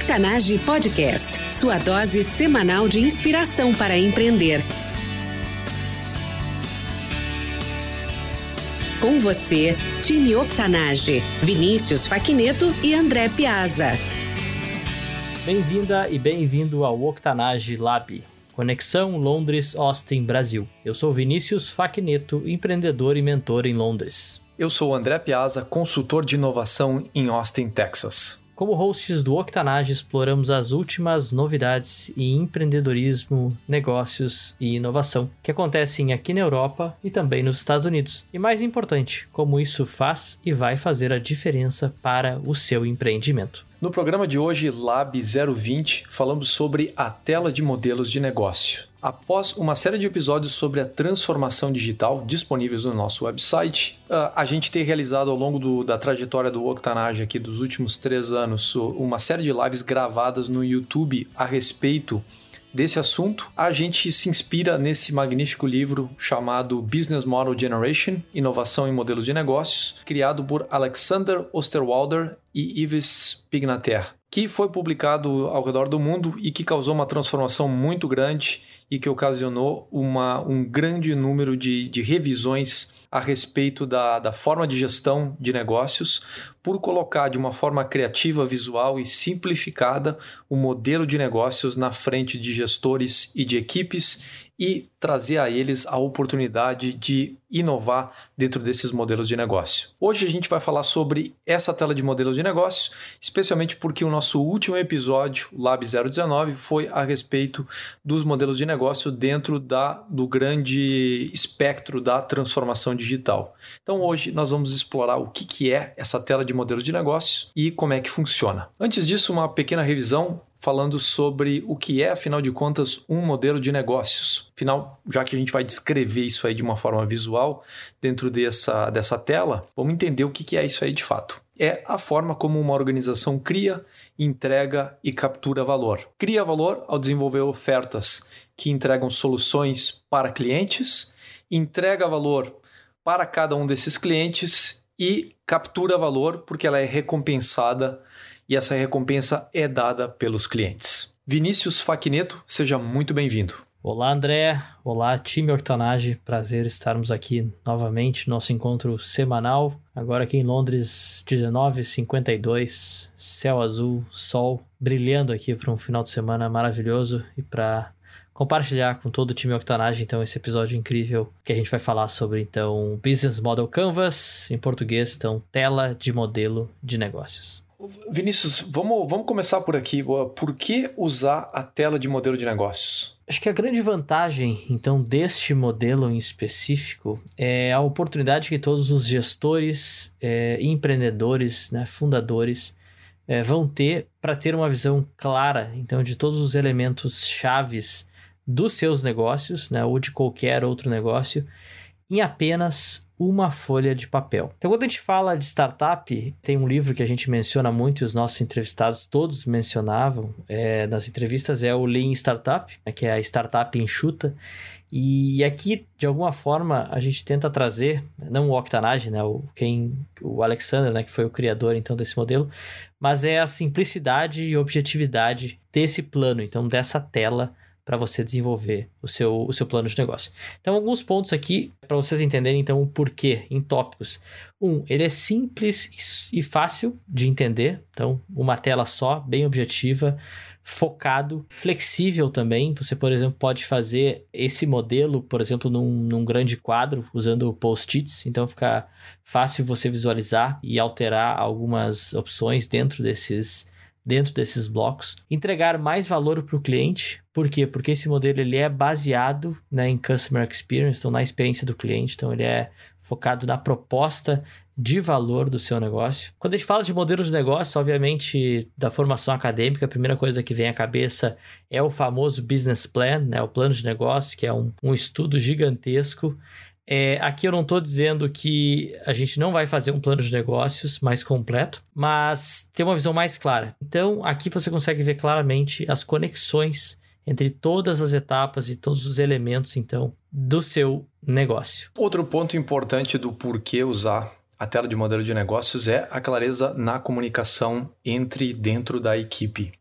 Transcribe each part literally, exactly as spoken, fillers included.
Octanage Podcast, sua dose semanal de inspiração para empreender. Com você, time Octanage, Vinícius Facchineto e André Piazza. Bem-vinda e bem-vindo ao Octanage Lab, Conexão Londres, Austin, Brasil. Eu sou Vinícius Facchineto, empreendedor e mentor em Londres. Eu sou o André Piazza, consultor de inovação em Austin, Texas. Como hosts do Octanage, exploramos as últimas novidades em empreendedorismo, negócios e inovação que acontecem aqui na Europa e também nos Estados Unidos. E mais importante, como isso faz e vai fazer a diferença para o seu empreendimento. No programa de hoje, Lab zero vinte, falamos sobre a tela de modelos de negócio. Após uma série de episódios sobre a transformação digital disponíveis no nosso website, a gente tem realizado ao longo do, da trajetória do Octanage aqui dos últimos três anos uma série de lives gravadas no YouTube a respeito desse assunto. A gente se inspira nesse magnífico livro chamado Business Model Generation, Inovação em Modelos de Negócios, criado por Alexander Osterwalder e Yves Pignater, que foi publicado ao redor do mundo e que causou uma transformação muito grande e que ocasionou uma, um grande número de, de revisões a respeito da, da forma de gestão de negócios, por colocar de uma forma criativa, visual e simplificada o modelo de negócios na frente de gestores e de equipes e trazer a eles a oportunidade de inovar dentro desses modelos de negócio. Hoje a gente vai falar sobre essa tela de modelos de negócio, especialmente porque o nosso último episódio, Lab zero dezenove, foi a respeito dos modelos de negócio dentro da, do grande espectro da transformação digital. Então hoje nós vamos explorar o que, que é essa tela de modelos de negócio e como é que funciona. Antes disso, uma pequena revisão falando sobre o que é, afinal de contas, um modelo de negócios. Afinal, já que a gente vai descrever isso aí de uma forma visual dentro dessa, dessa tela, vamos entender o que é isso aí de fato. É a forma como uma organização cria, entrega e captura valor. Cria valor ao desenvolver ofertas que entregam soluções para clientes, entrega valor para cada um desses clientes e captura valor porque ela é recompensada e essa recompensa é dada pelos clientes. Vinícius Facchineto, seja muito bem-vindo. Olá, André. Olá, time Octanage. Prazer estarmos aqui novamente no nosso encontro semanal. Agora aqui em Londres, dezenove e cinquenta e dois, céu azul, sol brilhando aqui para um final de semana maravilhoso e para compartilhar com todo o time Octanage, então, esse episódio incrível que a gente vai falar sobre, então, Business Model Canvas, em português, então, tela de modelo de negócios. Vinícius, vamos, vamos começar por aqui. Por que usar a tela de modelo de negócios? Acho que a grande vantagem, então, deste modelo em específico é a oportunidade que todos os gestores, é, empreendedores, né, fundadores é, vão ter para ter uma visão clara, então, de todos os elementos chaves dos seus negócios, né, ou de qualquer outro negócio, em apenas uma folha de papel. Então, quando a gente fala de startup, tem um livro que a gente menciona muito e os nossos entrevistados todos mencionavam é, nas entrevistas, é o Lean Startup, né, que é a startup enxuta. E aqui, de alguma forma, a gente tenta trazer, não o Octanage, né, o, quem, o Alexander, né, que foi o criador então desse modelo, mas é a simplicidade e objetividade desse plano, então dessa tela, para você desenvolver o seu, o seu plano de negócio. Então, alguns pontos aqui para vocês entenderem então o porquê em tópicos. Um, ele é simples e fácil de entender. Então, uma tela só, bem objetiva, focado, flexível também. Você, por exemplo, pode fazer esse modelo, por exemplo, num, num grande quadro, usando post-its. Então, fica fácil você visualizar e alterar algumas opções dentro desses dentro desses blocos, entregar mais valor para o cliente. Por quê? Porque esse modelo ele é baseado, né, em Customer Experience, então na experiência do cliente, então ele é focado na proposta de valor do seu negócio. Quando a gente fala de modelos de negócio, obviamente, da formação acadêmica, a primeira coisa que vem à cabeça é o famoso Business Plan, né, o plano de negócio, que é um, um estudo gigantesco. É, aqui eu não estou dizendo que a gente não vai fazer um plano de negócios mais completo, mas ter uma visão mais clara. Então, aqui você consegue ver claramente as conexões entre todas as etapas e todos os elementos, então, do seu negócio. Outro ponto importante do porquê usar a tela de modelo de negócios é a clareza na comunicação entre e dentro da equipe.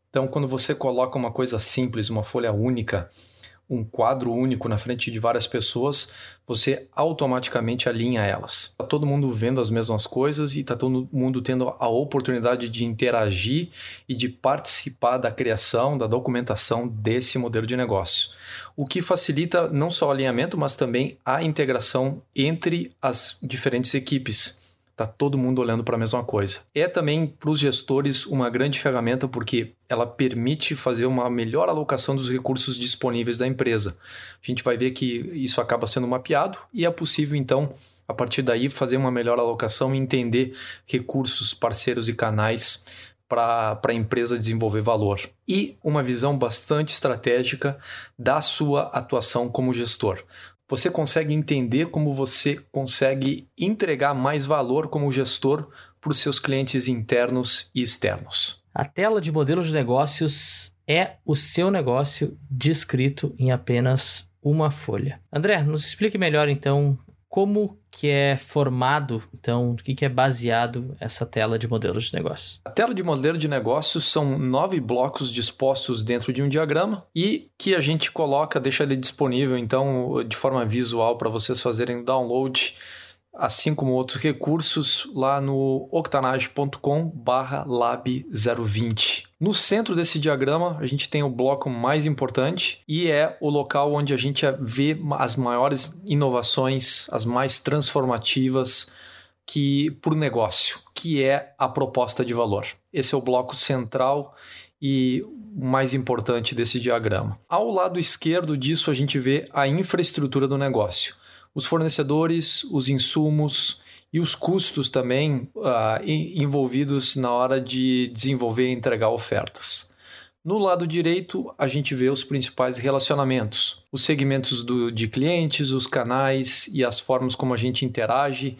Então, quando você coloca uma coisa simples, uma folha única, um quadro único na frente de várias pessoas, você automaticamente alinha elas. Está todo mundo vendo as mesmas coisas e está todo mundo tendo a oportunidade de interagir e de participar da criação, da documentação desse modelo de negócio. O que facilita não só o alinhamento, mas também a integração entre as diferentes equipes. Está todo mundo olhando para a mesma coisa. É também para os gestores uma grande ferramenta porque ela permite fazer uma melhor alocação dos recursos disponíveis da empresa. A gente vai ver que isso acaba sendo mapeado e é possível, então, a partir daí, fazer uma melhor alocação e entender recursos, parceiros e canais para a empresa desenvolver valor. E uma visão bastante estratégica da sua atuação como gestor. Você consegue entender como você consegue entregar mais valor como gestor para os seus clientes internos e externos. A tela de modelos de negócios é o seu negócio descrito em apenas uma folha. André, nos explique melhor então como que é formado, então, o que, que é baseado essa tela de modelos de negócio? A tela de modelo de negócio são nove blocos dispostos dentro de um diagrama e que a gente coloca, deixa ele disponível, então, de forma visual para vocês fazerem download, assim como outros recursos, lá no octanage ponto com barra lab zero vinte. No centro desse diagrama, a gente tem o bloco mais importante e é o local onde a gente vê as maiores inovações, as mais transformativas que por negócio, que é a proposta de valor. Esse é o bloco central e mais importante desse diagrama. Ao lado esquerdo disso, a gente vê a infraestrutura do negócio. Os fornecedores, os insumos e os custos também uh, envolvidos na hora de desenvolver e entregar ofertas. No lado direito, a gente vê os principais relacionamentos, os segmentos do, de clientes, os canais e as formas como a gente interage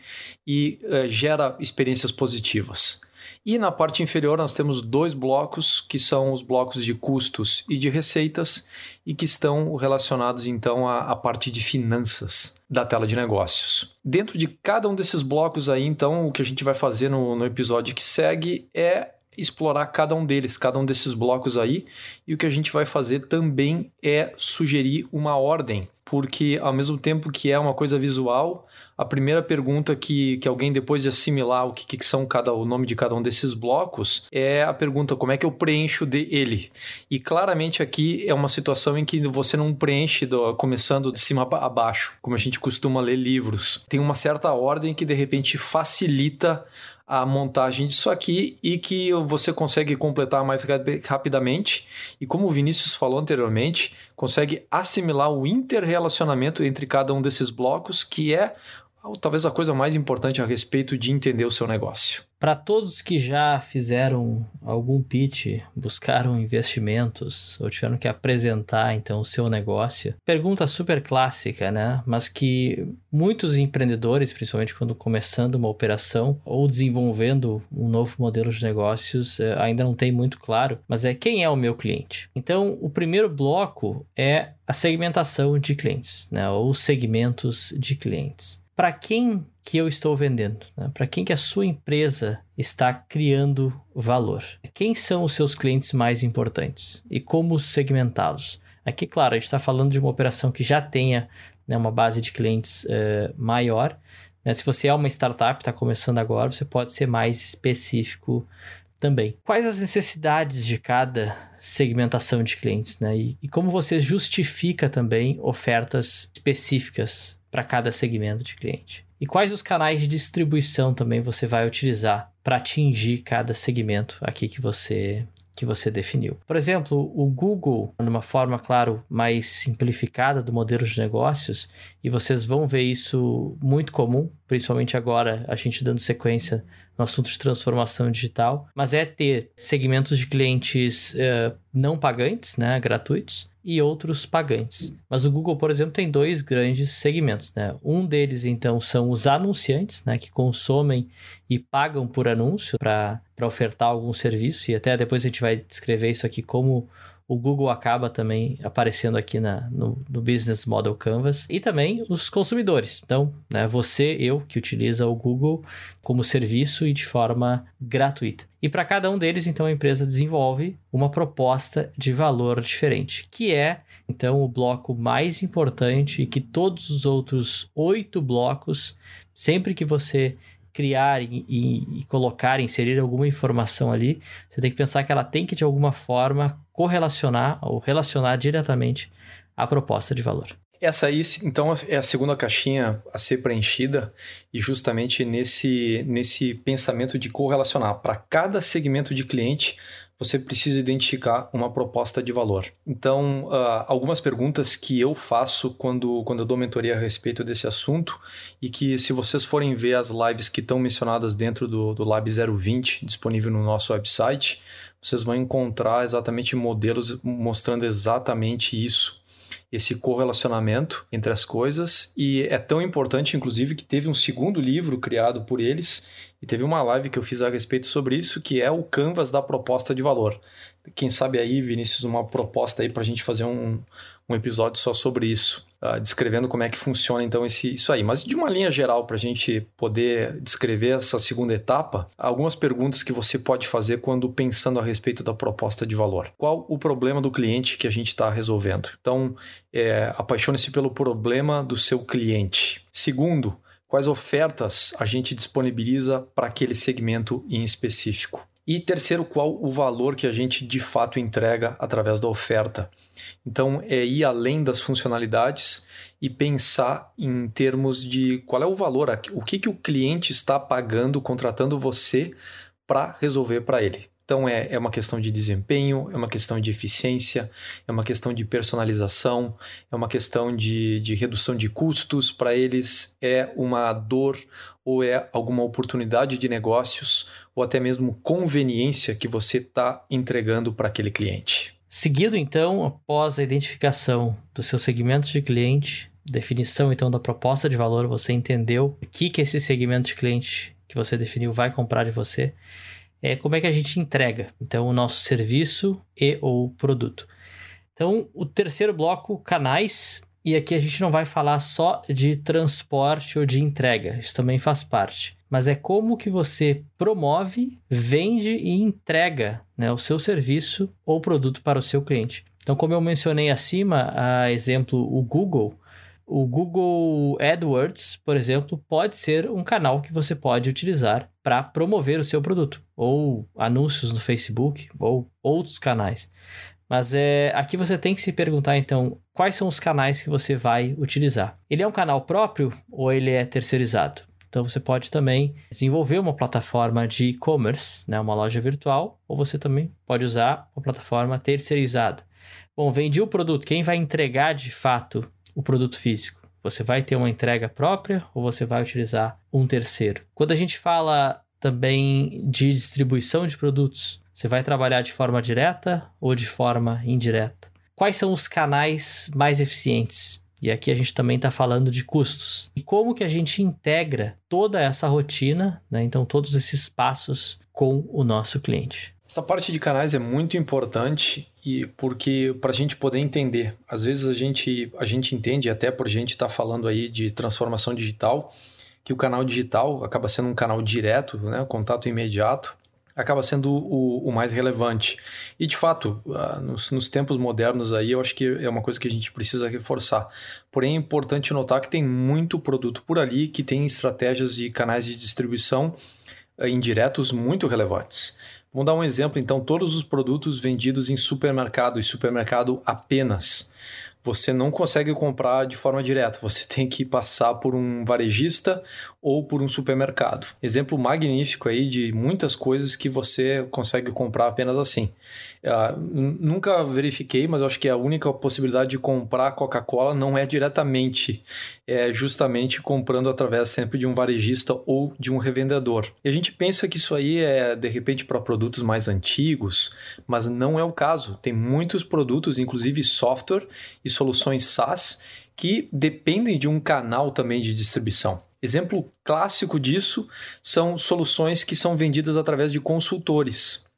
e uh, gera experiências positivas. E na parte inferior nós temos dois blocos, que são os blocos de custos e de receitas, e que estão relacionados então à, à parte de finanças da tela de negócios. Dentro de cada um desses blocos aí, então, o que a gente vai fazer no, no episódio que segue é explorar cada um deles, cada um desses blocos aí, e o que a gente vai fazer também é sugerir uma ordem, porque ao mesmo tempo que é uma coisa visual, a primeira pergunta que, que alguém, depois de assimilar o que, que são cada, o nome de cada um desses blocos, é a pergunta: como é que eu preencho de ele? E claramente aqui é uma situação em que você não preenche do, começando de cima a baixo, como a gente costuma ler livros. Tem uma certa ordem que de repente facilita a montagem disso aqui e que você consegue completar mais rapidamente. E como o Vinícius falou anteriormente, consegue assimilar o interrelacionamento entre cada um desses blocos, que é talvez a coisa mais importante a respeito de entender o seu negócio. Para todos que já fizeram algum pitch, buscaram investimentos ou tiveram que apresentar então o seu negócio, pergunta super clássica, né? Mas que muitos empreendedores, principalmente quando começando uma operação ou desenvolvendo um novo modelo de negócios, ainda não tem muito claro, mas é: quem é o meu cliente? Então, o primeiro bloco é a segmentação de clientes, né? Ou segmentos de clientes. Para quem que eu estou vendendo? Né? Para quem que a sua empresa está criando valor? Quem são os seus clientes mais importantes? E como segmentá-los? Aqui, claro, a gente está falando de uma operação que já tenha, né, uma base de clientes uh, maior. Né? Se você é uma startup, está começando agora, você pode ser mais específico também. Quais as necessidades de cada segmentação de clientes? Né? E, e como você justifica também ofertas específicas para cada segmento de cliente? E quais os canais de distribuição também você vai utilizar para atingir cada segmento aqui que você, que você definiu? Por exemplo, o Google, numa forma, claro, mais simplificada do modelo de negócios, e vocês vão ver isso muito comum, principalmente agora, a gente dando sequência no assunto de transformação digital, mas é ter segmentos de clientes uh, não pagantes, né, gratuitos, e outros pagantes. Mas o Google, por exemplo, tem dois grandes segmentos, né? Um deles, então, são os anunciantes, né, que consomem e pagam por anúncio para ofertar algum serviço, e até depois a gente vai descrever isso aqui como o Google acaba também aparecendo aqui na, no, no Business Model Canvas. E também os consumidores. Então, né, você, eu, que utiliza o Google como serviço e de forma gratuita. E para cada um deles, então, a empresa desenvolve uma proposta de valor diferente, que é, então, o bloco mais importante e que todos os outros oito blocos, sempre que você criar e, e, e colocar, inserir alguma informação ali, você tem que pensar que ela tem que, de alguma forma, correlacionar ou relacionar diretamente à proposta de valor. Essa aí, então, é a segunda caixinha a ser preenchida e justamente nesse, nesse pensamento de correlacionar. Para cada segmento de cliente, você precisa identificar uma proposta de valor. Então, uh, algumas perguntas que eu faço quando, quando eu dou mentoria a respeito desse assunto e que, se vocês forem ver as lives que estão mencionadas dentro do, do Lab zero vinte, disponível no nosso website, vocês vão encontrar exatamente modelos mostrando exatamente isso. Esse correlacionamento entre as coisas, e é tão importante, inclusive, que teve um segundo livro criado por eles e teve uma live que eu fiz a respeito sobre isso, que é o Canvas da proposta de valor. Quem sabe aí, Vinícius, uma proposta aí para a gente fazer um, um episódio só sobre isso, uh, descrevendo como é que funciona então esse, isso aí. Mas de uma linha geral, para a gente poder descrever essa segunda etapa, algumas perguntas que você pode fazer quando pensando a respeito da proposta de valor. Qual o problema do cliente que a gente está resolvendo? Então, é, apaixone-se pelo problema do seu cliente. Segundo, quais ofertas a gente disponibiliza para aquele segmento em específico? E terceiro, qual o valor que a gente de fato entrega através da oferta? Então, é ir além das funcionalidades e pensar em termos de qual é o valor, o que, que o cliente está pagando, contratando você para resolver para ele. Então, é, é uma questão de desempenho, é uma questão de eficiência, é uma questão de personalização, é uma questão de, de redução de custos para eles, é uma dor ou é alguma oportunidade de negócios ou até mesmo conveniência que você está entregando para aquele cliente. Seguido, então, após a identificação dos seus segmentos de cliente, definição, então, da proposta de valor, você entendeu o que, que esse segmento de cliente que você definiu vai comprar de você, é como é que a gente entrega, então, o nosso serviço e ou produto. Então, o terceiro bloco, canais, e aqui a gente não vai falar só de transporte ou de entrega, isso também faz parte, mas é como que você promove, vende e entrega, né, o seu serviço ou produto para o seu cliente. Então, como eu mencionei acima, a exemplo, o Google, o Google AdWords, por exemplo, pode ser um canal que você pode utilizar para promover o seu produto, ou anúncios no Facebook, ou outros canais. Mas é, aqui você tem que se perguntar, então, quais são os canais que você vai utilizar. Ele é um canal próprio ou ele é terceirizado? Então, você pode também desenvolver uma plataforma de e-commerce, né, uma loja virtual, ou você também pode usar uma plataforma terceirizada. Bom, vendi o produto, quem vai entregar de fato o produto físico? Você vai ter uma entrega própria ou você vai utilizar um terceiro? Quando a gente fala também de distribuição de produtos, você vai trabalhar de forma direta ou de forma indireta? Quais são os canais mais eficientes? E aqui a gente também está falando de custos. E como que a gente integra toda essa rotina, né? Então, todos esses passos com o nosso cliente. Essa parte de canais é muito importante e porque para a gente poder entender, às vezes a gente, a gente entende, até por a gente estar tá falando aí de transformação digital, que o canal digital acaba sendo um canal direto, né? Contato imediato, acaba sendo o, o mais relevante. E, de fato, uh, nos, nos tempos modernos aí, eu acho que é uma coisa que a gente precisa reforçar. Porém, é importante notar que tem muito produto por ali que tem estratégias e canais de distribuição uh, indiretos muito relevantes. Vamos dar um exemplo, então, todos os produtos vendidos em supermercado e supermercado apenas. Você não consegue comprar de forma direta, você tem que passar por um varejista ou por um supermercado. Exemplo magnífico aí de muitas coisas que você consegue comprar apenas assim. Uh, nunca verifiquei, mas eu acho que a única possibilidade de comprar Coca-Cola não é diretamente, é justamente comprando através sempre de um varejista ou de um revendedor. E a gente pensa que isso aí é, de repente, para produtos mais antigos, mas não é o caso. Tem muitos produtos, inclusive software e soluções SaaS, que dependem de um canal também de distribuição. Exemplo clássico disso são soluções que são vendidas através de consultores.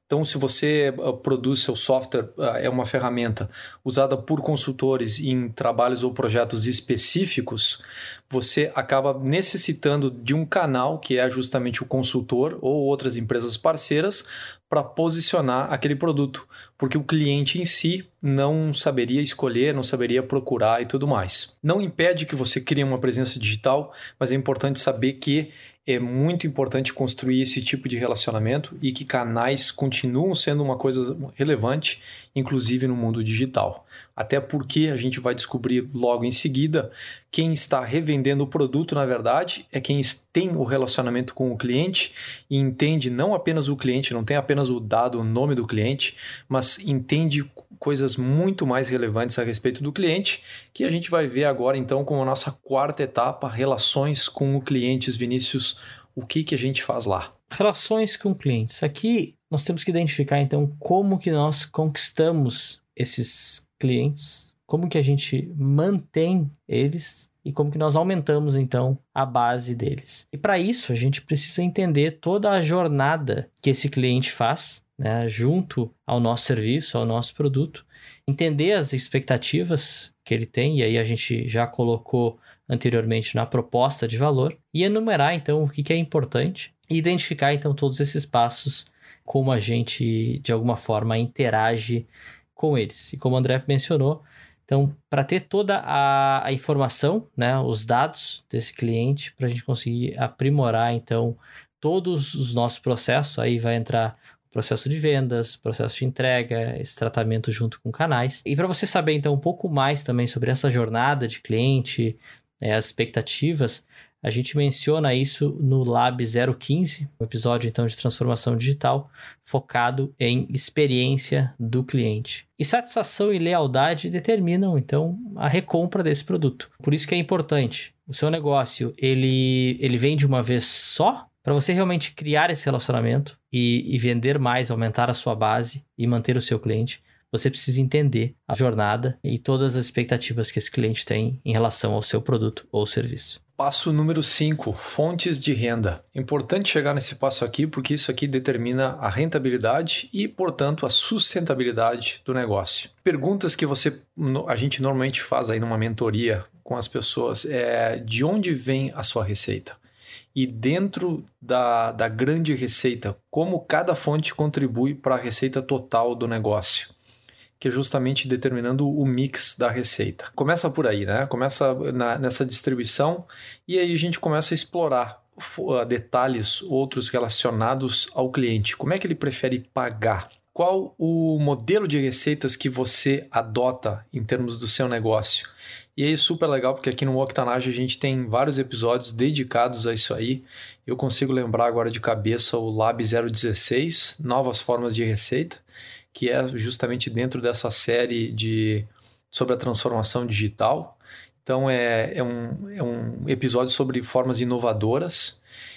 Então, se você uh, produz seu software, uh, é uma ferramenta usada por consultores em trabalhos ou projetos específicos, você acaba necessitando de um canal, que é justamente o consultor ou outras empresas parceiras, para posicionar aquele produto, porque o cliente em si não saberia escolher, não saberia procurar e tudo mais. Não impede que você crie uma presença digital, mas é importante saber que é muito importante construir esse tipo de relacionamento e que canais continuam sendo uma coisa relevante, inclusive no mundo digital. Até porque a gente vai descobrir logo em seguida, quem está revendendo o produto, na verdade, é quem tem o relacionamento com o cliente e entende não apenas o cliente, não tem apenas o dado, o nome do cliente, mas entende coisas muito mais relevantes a respeito do cliente, que a gente vai ver agora então como a nossa quarta etapa, relações com o cliente. Vinícius, o que, que a gente faz lá? Relações com clientes. Aqui nós temos que identificar então como que nós conquistamos esses clientes, como que a gente mantém eles e como que nós aumentamos então a base deles. E para isso a gente precisa entender toda a jornada que esse cliente faz, né, junto ao nosso serviço, ao nosso produto, entender as expectativas que ele tem, e aí a gente já colocou anteriormente na proposta de valor, e enumerar então o que, que é importante, e identificar então todos esses passos, como a gente de alguma forma interage com eles. E como o André mencionou, então para ter toda a, a informação, né, os dados desse cliente, para a gente conseguir aprimorar então todos os nossos processos, aí vai entrar processo de vendas, processo de entrega, esse tratamento junto com canais. E para você saber, então, um pouco mais também sobre essa jornada de cliente, é, as expectativas, a gente menciona isso no Lab zero quinze, um episódio, então, de transformação digital, focado em experiência do cliente. E satisfação e lealdade determinam, então, a recompra desse produto. Por isso que é importante. O seu negócio, ele, ele vem de uma vez só? Para você realmente criar esse relacionamento e, e vender mais, aumentar a sua base e manter o seu cliente, você precisa entender a jornada e todas as expectativas que esse cliente tem em relação ao seu produto ou serviço. Passo número cinco, fontes de renda. É importante chegar nesse passo aqui porque isso aqui determina a rentabilidade e, portanto, a sustentabilidade do negócio. Perguntas que você, a gente normalmente faz aí numa mentoria com as pessoas é: de onde vem a sua receita? E dentro da, da grande receita, como cada fonte contribui para a receita total do negócio, que é justamente determinando o mix da receita. Começa por aí, né? Começa na, nessa distribuição e aí a gente começa a explorar uh, detalhes outros relacionados ao cliente. Como é que ele prefere pagar? Qual o modelo de receitas que você adota em termos do seu negócio? E aí, super legal, porque aqui no Octanage a gente tem vários episódios dedicados a isso aí. Eu consigo lembrar agora de cabeça o Lab zero dezesseis, Novas Formas de Receita, que é justamente dentro dessa série de, sobre a transformação digital. Então, é, é, um, é um episódio sobre formas inovadoras.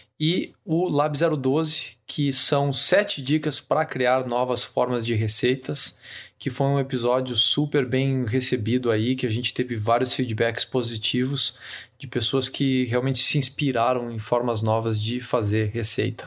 E o Lab zero doze, que são sete dicas para criar novas formas de receitas, que foi um episódio super bem recebido aí, que a gente teve vários feedbacks positivos de pessoas que realmente se inspiraram em formas novas de fazer receita.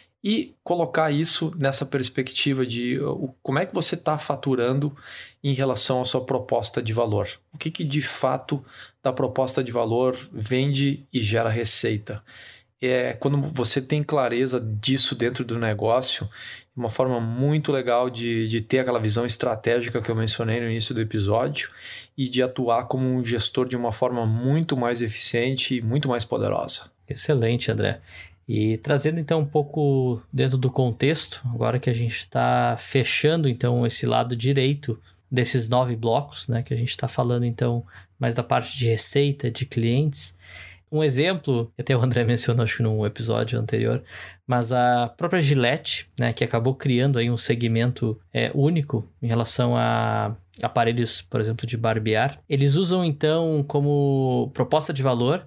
E colocar isso nessa perspectiva de uh, como é que você está faturando em relação à sua proposta de valor. O que, que de fato da proposta de valor vende e gera receita. É, quando você tem clareza disso dentro do negócio, uma forma muito legal de, de ter aquela visão estratégica que eu mencionei no início do episódio e de atuar como um gestor de uma forma muito mais eficiente e muito mais poderosa. Excelente, André. E trazendo então um pouco dentro do contexto, agora que a gente está fechando então esse lado direito desses nove blocos, né, que a gente está falando então mais da parte de receita, de clientes. Um exemplo, até o André mencionou acho que num episódio anterior, mas a própria Gillette, né, que acabou criando aí um segmento é, único em relação a aparelhos, por exemplo, de barbear. Eles usam então como proposta de valor,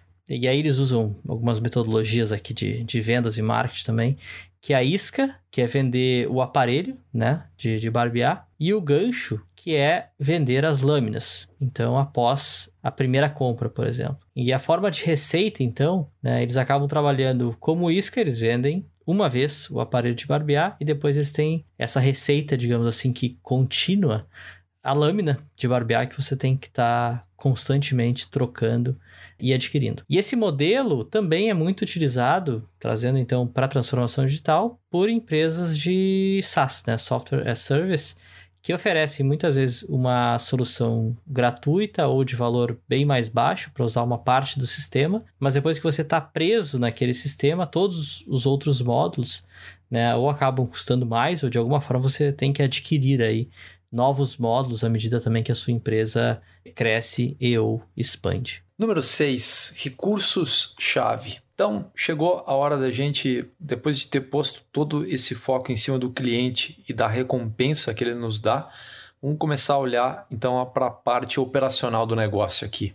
e aí eles usam algumas metodologias aqui de, de vendas e marketing também, que é a isca, que é vender o aparelho, né, de, de barbear, e o gancho, que é vender as lâminas, então após a primeira compra, por exemplo. E a forma de receita, então, né, eles acabam trabalhando como isca, eles vendem uma vez o aparelho de barbear e depois eles têm essa receita, digamos assim, que contínua, a lâmina de barbear que você tem que estar tá constantemente trocando e adquirindo. E esse modelo também é muito utilizado, trazendo então para a transformação digital, por empresas de SaaS, né? Software as Service, que oferecem muitas vezes uma solução gratuita ou de valor bem mais baixo para usar uma parte do sistema, mas depois que você está preso naquele sistema, todos os outros módulos, né, ou acabam custando mais, ou de alguma forma você tem que adquirir aí novos módulos à medida também que a sua empresa cresce e ou expande. Número seis, recursos-chave. Então, chegou a hora da gente, depois de ter posto todo esse foco em cima do cliente e da recompensa que ele nos dá, vamos começar a olhar então para a parte operacional do negócio aqui.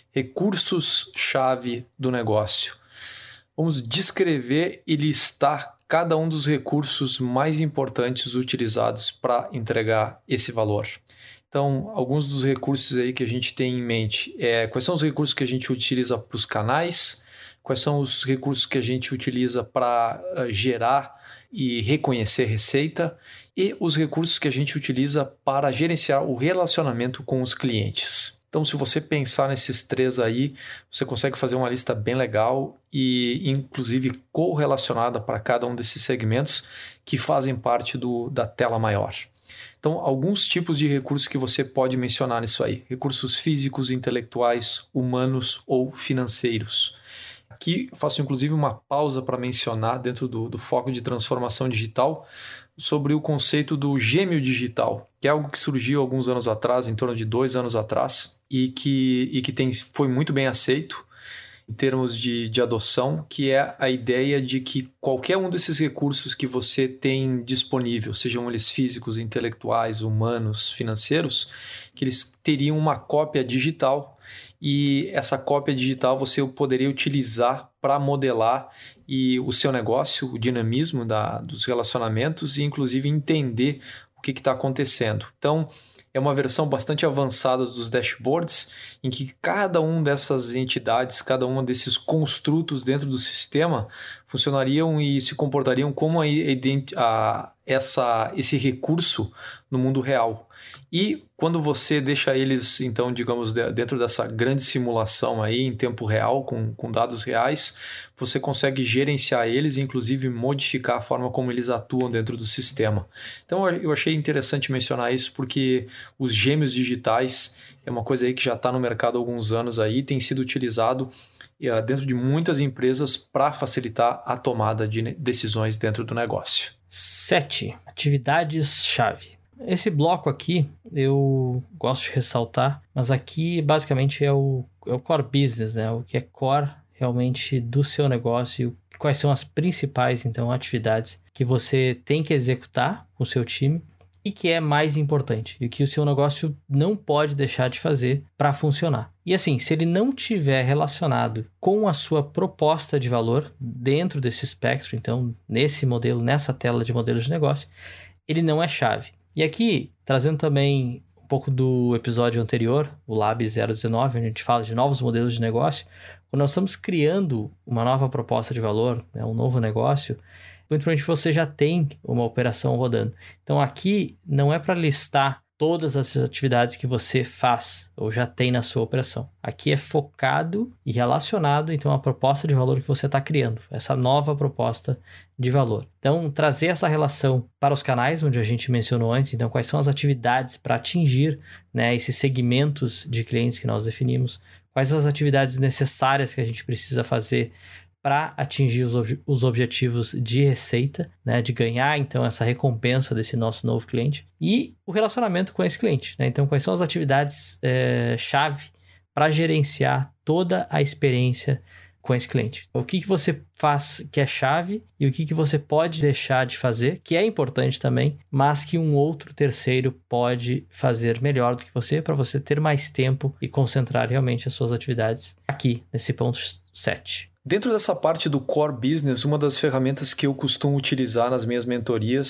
Recursos-chave do negócio. Vamos descrever e listar cada um dos recursos mais importantes utilizados para entregar esse valor. Então, alguns dos recursos aí que a gente tem em mente é quais são os recursos que a gente utiliza para os canais, quais são os recursos que a gente utiliza para uh, gerar e reconhecer receita e os recursos que a gente utiliza para gerenciar o relacionamento com os clientes. Então, se você pensar nesses três aí, você consegue fazer uma lista bem legal e, inclusive, correlacionada para cada um desses segmentos que fazem parte do, da tela maior. Então, alguns tipos de recursos que você pode mencionar nisso aí. Recursos físicos, intelectuais, humanos ou financeiros. Aqui eu faço, inclusive, uma pausa para mencionar, dentro do, do foco de transformação digital, sobre o conceito do gêmeo digital, que é algo que surgiu alguns anos atrás, em torno de dois anos atrás, e que, e que tem, foi muito bem aceito em termos de, de adoção, que é a ideia de que qualquer um desses recursos que você tem disponível, sejam eles físicos, intelectuais, humanos, financeiros, que eles teriam uma cópia digital e essa cópia digital você poderia utilizar para modelar e o seu negócio, o dinamismo da, dos relacionamentos e inclusive entender o que está acontecendo. Então, é uma versão bastante avançada dos dashboards, em que cada uma dessas entidades, cada um desses construtos dentro do sistema funcionariam e se comportariam como a, a, essa, esse recurso no mundo real. E quando você deixa eles, então, digamos, dentro dessa grande simulação aí em tempo real, com, com dados reais, você consegue gerenciar eles e, inclusive, modificar a forma como eles atuam dentro do sistema. Então, eu achei interessante mencionar isso porque os gêmeos digitais é uma coisa aí que já está no mercado há alguns anos aí, tem sido utilizado dentro de muitas empresas para facilitar a tomada de decisões dentro do negócio. sete. Atividades-chave. Esse bloco aqui eu gosto de ressaltar, mas aqui basicamente é o, é o core business, né? O que é core realmente do seu negócio e quais são as principais então atividades que você tem que executar com o seu time e que é mais importante e que o seu negócio não pode deixar de fazer para funcionar. E assim, se ele não tiver relacionado com a sua proposta de valor dentro desse espectro, então nesse modelo, nessa tela de modelos de negócio, ele não é chave. E aqui, trazendo também um pouco do episódio anterior, o Lab zero dezenove, onde a gente fala de novos modelos de negócio, quando nós estamos criando uma nova proposta de valor, né, um novo negócio, muito provavelmente você já tem uma operação rodando. Então aqui não é para listar todas as atividades que você faz ou já tem na sua operação. Aqui é focado e relacionado, então, à proposta de valor que você está criando, essa nova proposta de valor. Então, trazer essa relação para os canais, onde a gente mencionou antes, então, quais são as atividades para atingir, né, esses segmentos de clientes que nós definimos, quais as atividades necessárias que a gente precisa fazer para atingir os, ob- os objetivos de receita, né, de ganhar, então, essa recompensa desse nosso novo cliente e o relacionamento com esse cliente, né? Então, quais são as atividades é, chave para gerenciar toda a experiência com esse cliente. O que, que você faz que é chave e o que, que você pode deixar de fazer, que é importante também, mas que um outro terceiro pode fazer melhor do que você para você ter mais tempo e concentrar realmente as suas atividades aqui, nesse ponto sete. Dentro dessa parte do core business, uma das ferramentas que eu costumo utilizar nas minhas mentorias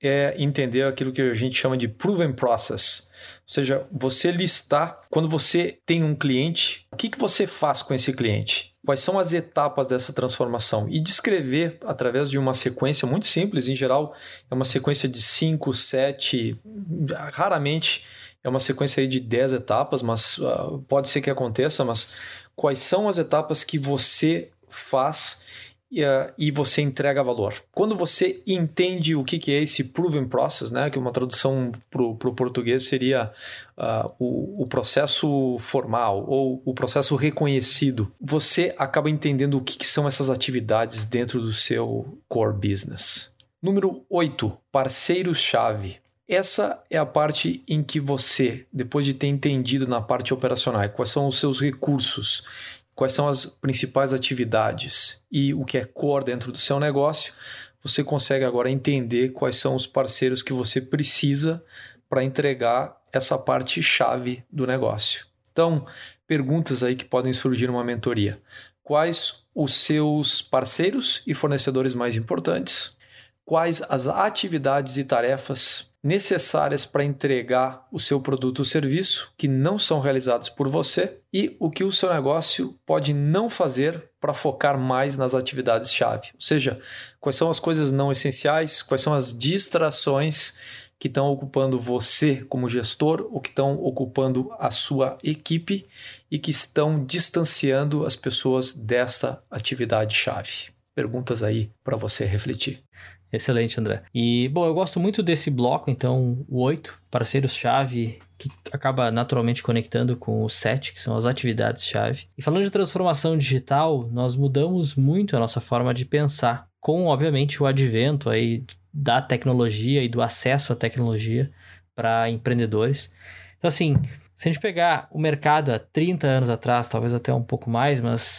é entender aquilo que a gente chama de proven process. Ou seja, você listar, quando você tem um cliente, o que, que você faz com esse cliente? Quais são as etapas dessa transformação? E descrever através de uma sequência muito simples, em geral é uma sequência de cinco, sete, raramente é uma sequência aí de dez etapas, mas uh, pode ser que aconteça, mas quais são as etapas que você faz e, uh, e você entrega valor? Quando você entende o que, que é esse proven process, né, que uma tradução para o português seria uh, o, o processo formal ou o processo reconhecido, você acaba entendendo o que, que são essas atividades dentro do seu core business. Número oito, parceiros-chave. Essa é a parte em que você, depois de ter entendido na parte operacional quais são os seus recursos, quais são as principais atividades e o que é core dentro do seu negócio, você consegue agora entender quais são os parceiros que você precisa para entregar essa parte chave do negócio. Então, perguntas aí que podem surgir numa mentoria. Quais os seus parceiros e fornecedores mais importantes? Quais as atividades e tarefas necessárias para entregar o seu produto ou serviço que não são realizados por você e o que o seu negócio pode não fazer para focar mais nas atividades-chave. Ou seja, quais são as coisas não essenciais, quais são as distrações que estão ocupando você como gestor ou que estão ocupando a sua equipe e que estão distanciando as pessoas desta atividade-chave. Perguntas aí para você refletir. Excelente, André. E, bom, eu gosto muito desse bloco, então, o oito, parceiros-chave, que acaba naturalmente conectando com o sete, que são as atividades-chave. E falando de transformação digital, nós mudamos muito a nossa forma de pensar, com, obviamente, o advento aí da tecnologia e do acesso à tecnologia para empreendedores. Então, assim, se a gente pegar o mercado há trinta anos atrás, talvez até um pouco mais, mas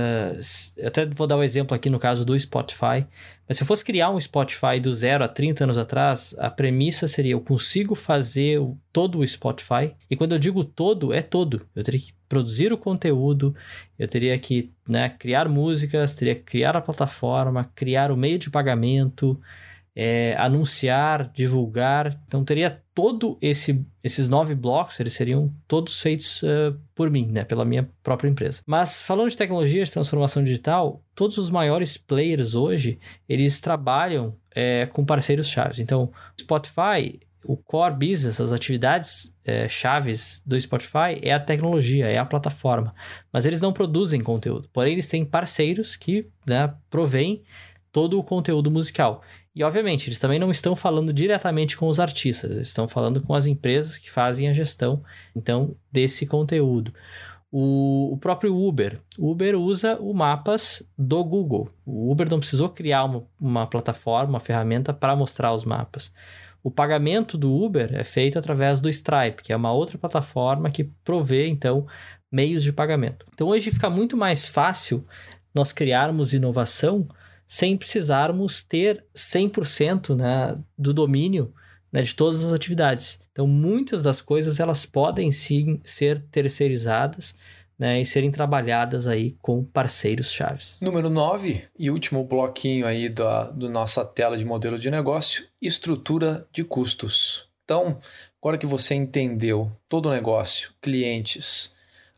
uh, até vou dar um exemplo aqui no caso do Spotify. Mas se eu fosse criar um Spotify do zero há trinta anos atrás, a premissa seria: eu consigo fazer o, todo o Spotify. E quando eu digo todo, é todo. Eu teria que produzir o conteúdo, eu teria que, né, criar músicas, teria que criar a plataforma, criar o meio de pagamento, é, anunciar, divulgar. Então teria todo esse, esses nove blocos, eles seriam todos feitos uh, por mim, né, pela minha própria empresa. Mas falando de tecnologia, de transformação digital, todos os maiores players hoje, eles trabalham é, com parceiros-chave. Então, Spotify, o core business, as atividades é, chaves do Spotify é a tecnologia, é a plataforma. Mas eles não produzem conteúdo. Porém, eles têm parceiros que, né, provêm todo o conteúdo musical. E, obviamente, eles também não estão falando diretamente com os artistas, eles estão falando com as empresas que fazem a gestão, então, desse conteúdo. O, o próprio Uber. O Uber usa o Mapas do Google. O Uber não precisou criar uma, uma plataforma, uma ferramenta para mostrar os mapas. O pagamento do Uber é feito através do Stripe, que é uma outra plataforma que provê, então, meios de pagamento. Então, hoje fica muito mais fácil nós criarmos inovação sem precisarmos ter cem por cento, né, do domínio, né, de todas as atividades. Então, muitas das coisas elas podem sim ser terceirizadas, né, e serem trabalhadas aí com parceiros-chaves. Número nove e último bloquinho aí da do nossa tela de modelo de negócio, estrutura de custos. Então, agora que você entendeu todo o negócio, clientes,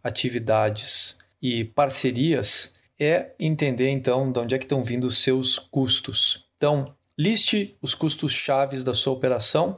atividades e parcerias, é entender, então, de onde é que estão vindo os seus custos. Então, liste os custos chaves da sua operação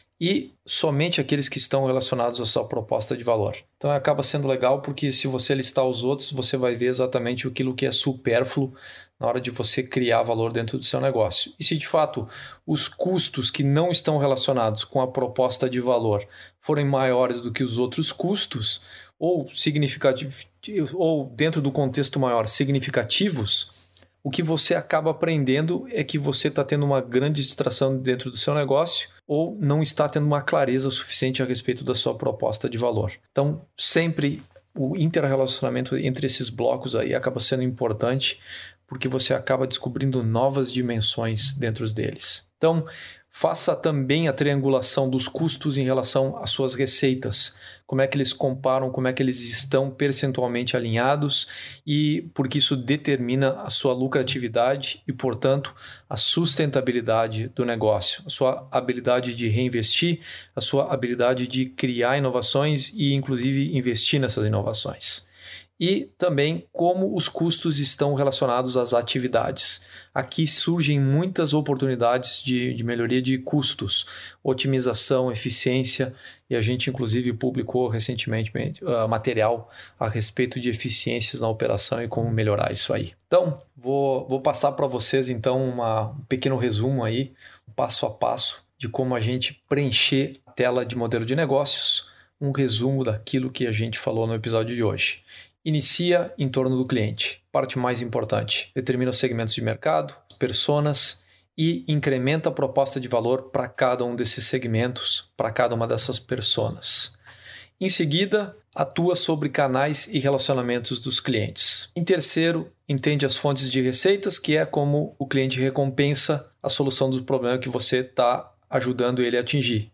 e somente aqueles que estão relacionados à sua proposta de valor. Então, acaba sendo legal porque se você listar os outros, você vai ver exatamente aquilo que é supérfluo na hora de você criar valor dentro do seu negócio. E se, de fato, os custos que não estão relacionados com a proposta de valor forem maiores do que os outros custos, ou significativos, ou dentro do contexto maior, significativos, o que você acaba aprendendo é que você está tendo uma grande distração dentro do seu negócio ou não está tendo uma clareza suficiente a respeito da sua proposta de valor. Então, sempre o interrelacionamento entre esses blocos aí acaba sendo importante porque você acaba descobrindo novas dimensões dentro deles. Então, Faça também a triangulação dos custos em relação às suas receitas. Como é que eles comparam, como é que eles estão percentualmente alinhados e porque isso determina a sua lucratividade e, portanto, a sustentabilidade do negócio, a sua habilidade de reinvestir, a sua habilidade de criar inovações e, inclusive, investir nessas inovações. E também como os custos estão relacionados às atividades. Aqui surgem muitas oportunidades de, de melhoria de custos, otimização, eficiência, e a gente inclusive publicou recentemente uh, material a respeito de eficiências na operação e como melhorar isso aí. Então, vou, vou passar para vocês então uma, um pequeno resumo aí, um passo a passo de como a gente preencher a tela de modelo de negócios, um resumo daquilo que a gente falou no episódio de hoje. Inicia em torno do cliente, parte mais importante. Determina os segmentos de mercado, personas e incrementa a proposta de valor para cada um desses segmentos, para cada uma dessas personas. Em seguida, atua sobre canais e relacionamentos dos clientes. Em terceiro, entende as fontes de receitas, que é como o cliente recompensa a solução do problema que você está ajudando ele a atingir.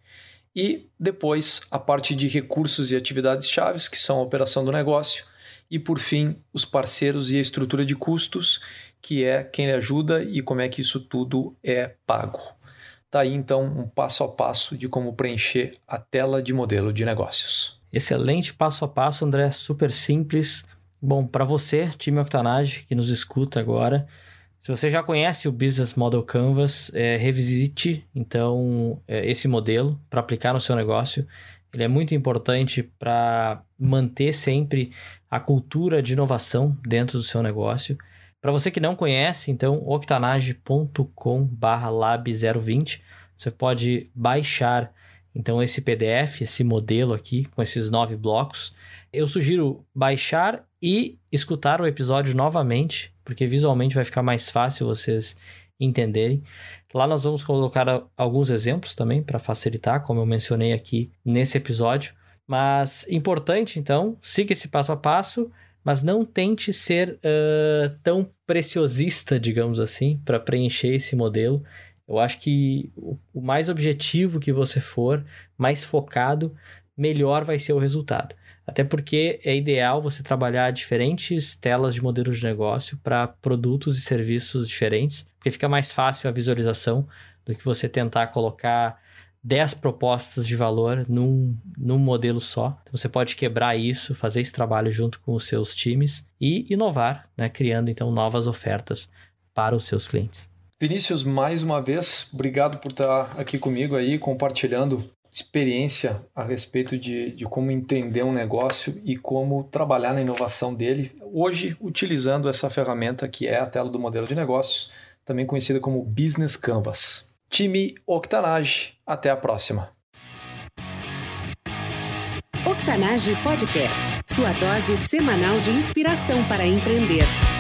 E depois, a parte de recursos e atividades chaves, que são a operação do negócio. E, por fim, os parceiros e a estrutura de custos, que é quem lhe ajuda e como é que isso tudo é pago. Tá aí, então, um passo a passo de como preencher a tela de modelo de negócios. Excelente passo a passo, André, super simples. Bom, para você, time Octanage, que nos escuta agora, se você já conhece o Business Model Canvas, é, revisite, então, é, esse modelo para aplicar no seu negócio. Ele é muito importante para manter sempre a cultura de inovação dentro do seu negócio. Para você que não conhece, então, octanage ponto com barra lab zero vinte, você pode baixar então esse P D F, esse modelo aqui, com esses nove blocos. Eu sugiro baixar e escutar o episódio novamente, porque visualmente vai ficar mais fácil vocês entenderem. Lá nós vamos colocar alguns exemplos também para facilitar, como eu mencionei aqui nesse episódio. Mas importante, então, siga esse passo a passo, mas não tente ser uh, tão preciosista, digamos assim, para preencher esse modelo. Eu acho que o mais objetivo que você for, mais focado, melhor vai ser o resultado. Até porque é ideal você trabalhar diferentes telas de modelos de negócio para produtos e serviços diferentes, porque fica mais fácil a visualização do que você tentar colocar dez propostas de valor num, num modelo só. Então, você pode quebrar isso, fazer esse trabalho junto com os seus times e inovar, né? Criando então novas ofertas para os seus clientes. Vinícius, mais uma vez, obrigado por estar aqui comigo aí, compartilhando experiência a respeito de, de como entender um negócio e como trabalhar na inovação dele, hoje utilizando essa ferramenta que é a tela do modelo de negócios, também conhecida como Business Canvas. Time Octanage, até a próxima. Octanage Podcast, sua dose semanal de inspiração para empreender.